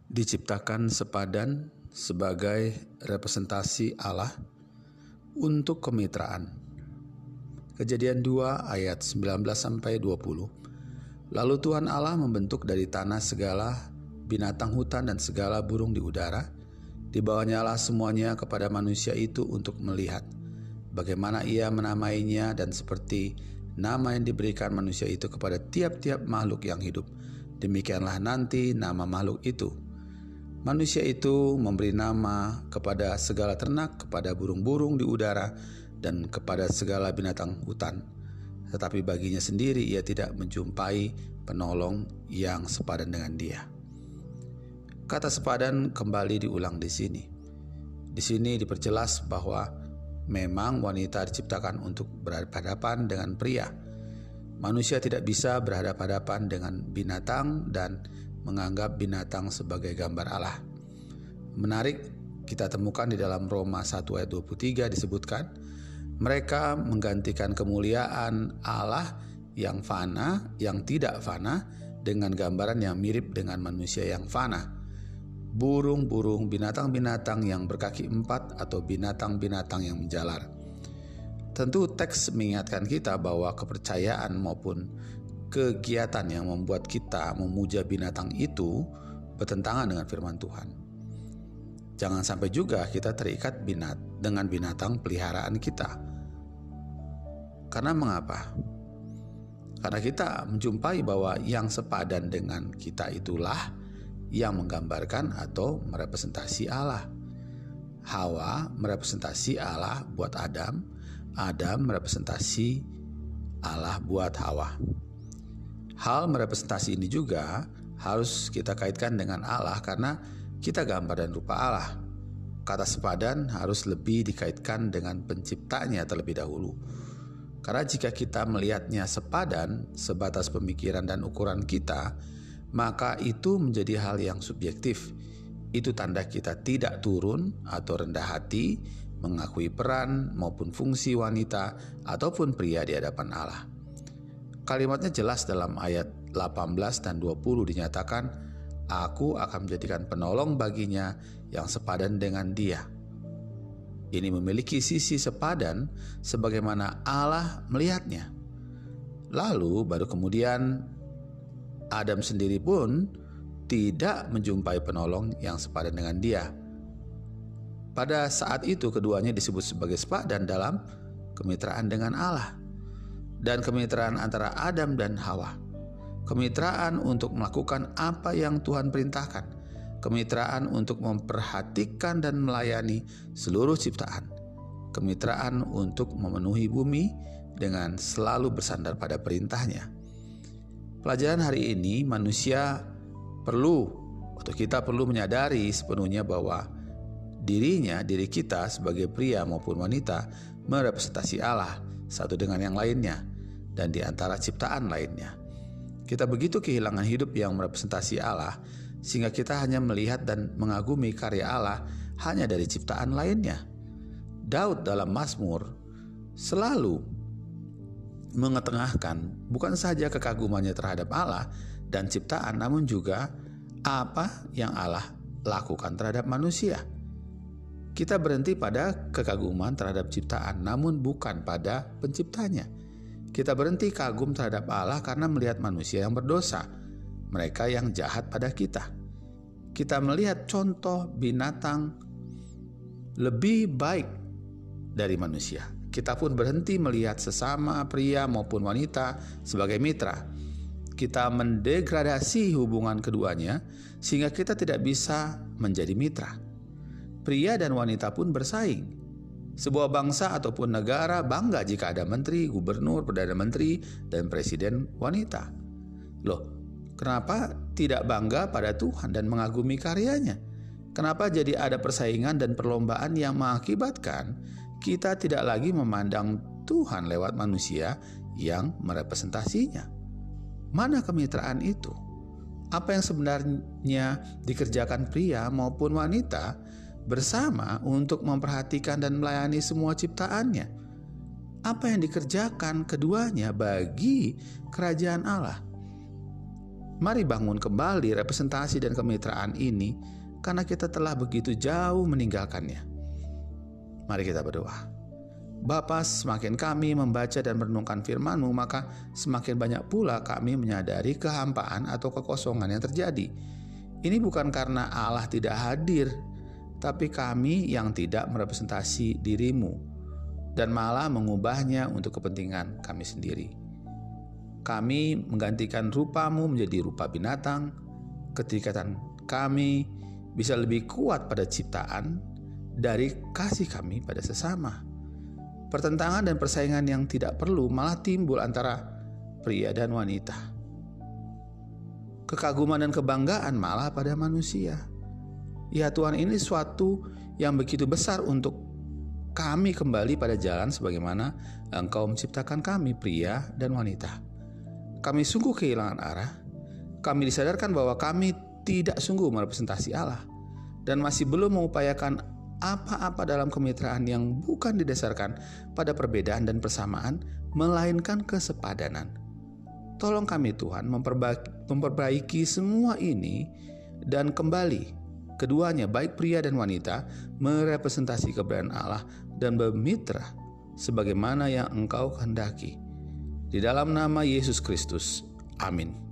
diciptakan sepadan sebagai representasi Allah untuk kemitraan. Kejadian 2 ayat 19-20. Lalu Tuhan Allah membentuk dari tanah segala binatang hutan dan segala burung di udara. Dibawanyalah semuanya kepada manusia itu untuk melihat bagaimana ia menamainya, dan seperti nama yang diberikan manusia itu kepada tiap-tiap makhluk yang hidup, demikianlah nanti nama makhluk itu. Manusia itu memberi nama kepada segala ternak, kepada burung-burung di udara, dan kepada segala binatang hutan. Tetapi baginya sendiri ia tidak menjumpai penolong yang sepadan dengan dia. Kata sepadan kembali diulang di sini. Di sini diperjelas bahwa memang wanita diciptakan untuk berhadapan dengan pria. Manusia tidak bisa berhadapan dengan binatang dan menganggap binatang sebagai gambar Allah. Menarik, kita temukan di dalam Roma 1 ayat 23 disebutkan, mereka menggantikan kemuliaan Allah yang fana, yang tidak fana, dengan gambaran yang mirip dengan manusia yang fana. Burung-burung, binatang-binatang yang berkaki 4, atau binatang-binatang yang menjalar. Tentu teks mengingatkan kita bahwa kepercayaan maupun kegiatan yang membuat kita memuja binatang itu bertentangan dengan firman Tuhan. Jangan sampai juga kita terikat dengan binatang peliharaan kita. Karena mengapa? Karena kita menjumpai bahwa yang sepadan dengan kita itulah yang menggambarkan atau merepresentasi Allah. Hawa merepresentasi Allah buat Adam, Adam merepresentasi Allah buat Hawa. Hal merepresentasi ini juga harus kita kaitkan dengan Allah karena kita gambar dan rupa Allah. Kata sepadan harus lebih dikaitkan dengan penciptanya terlebih dahulu. Karena jika kita melihatnya sepadan sebatas pemikiran dan ukuran kita, maka itu menjadi hal yang subjektif. Itu tanda kita tidak turun atau rendah hati mengakui peran maupun fungsi wanita ataupun pria di hadapan Allah. Kalimatnya jelas dalam ayat 18 dan 20 dinyatakan, aku akan menjadikan penolong baginya yang sepadan dengan dia. Ini memiliki sisi sepadan sebagaimana Allah melihatnya. Lalu baru kemudian Adam sendiri pun tidak menjumpai penolong yang sepadan dengan dia. Pada saat itu keduanya disebut sebagai sepadan dalam kemitraan dengan Allah. Dan kemitraan antara Adam dan Hawa. Kemitraan untuk melakukan apa yang Tuhan perintahkan. Kemitraan untuk memperhatikan dan melayani seluruh ciptaan. Kemitraan untuk memenuhi bumi dengan selalu bersandar pada perintahnya. Pelajaran hari ini kita perlu menyadari sepenuhnya bahwa diri kita sebagai pria maupun wanita merepresentasi Allah satu dengan yang lainnya dan di antara ciptaan lainnya. Kita begitu kehilangan hidup yang merepresentasi Allah sehingga kita hanya melihat dan mengagumi karya Allah hanya dari ciptaan lainnya. Daud dalam Mazmur selalu mengetengahkan bukan saja kekagumannya terhadap Allah dan ciptaan, namun juga apa yang Allah lakukan terhadap manusia. Kita berhenti pada kekaguman terhadap ciptaan, namun bukan pada penciptanya. Kita berhenti kagum terhadap Allah karena melihat manusia yang berdosa, mereka yang jahat pada kita. Kita melihat contoh binatang lebih baik dari manusia. Kita pun berhenti melihat sesama pria maupun wanita sebagai mitra. Kita mendegradasi hubungan keduanya sehingga kita tidak bisa menjadi mitra. Pria dan wanita pun bersaing. Sebuah bangsa ataupun negara bangga jika ada menteri, gubernur, perdana menteri, dan presiden wanita. Loh, kenapa tidak bangga pada Tuhan dan mengagumi karyanya? Kenapa jadi ada persaingan dan perlombaan yang mengakibatkan kita tidak lagi memandang Tuhan lewat manusia yang merepresentasinya? Mana kemitraan itu? Apa yang sebenarnya dikerjakan pria maupun wanita bersama untuk memperhatikan dan melayani semua ciptaannya? Apa yang dikerjakan keduanya bagi kerajaan Allah? Mari bangun kembali representasi dan kemitraan ini karena kita telah begitu jauh meninggalkannya. Mari kita berdoa. Bapa, semakin kami membaca dan merenungkan firman-Mu, maka semakin banyak pula kami menyadari kehampaan atau kekosongan yang terjadi. Ini bukan karena Allah tidak hadir, tapi kami yang tidak merepresentasi diri-Mu dan malah mengubahnya untuk kepentingan kami sendiri. Kami menggantikan rupa-Mu menjadi rupa binatang. Keterikatan kami bisa lebih kuat pada ciptaan dari kasih kami pada sesama. Pertentangan dan persaingan yang tidak perlu malah timbul antara pria dan wanita. Kekaguman dan kebanggaan malah pada manusia. Ya Tuhan, ini suatu yang begitu besar untuk kami kembali pada jalan sebagaimana Engkau menciptakan kami, pria dan wanita. Kami sungguh kehilangan arah. Kami disadarkan bahwa kami tidak sungguh merepresentasi Allah dan masih belum mengupayakan apa-apa dalam kemitraan yang bukan didasarkan pada perbedaan dan persamaan, melainkan kesepadanan. Tolong kami Tuhan memperbaiki semua ini dan kembali keduanya, baik pria dan wanita, merepresentasi keberadaan Allah dan bermitra sebagaimana yang Engkau kehendaki. Di dalam nama Yesus Kristus, amin.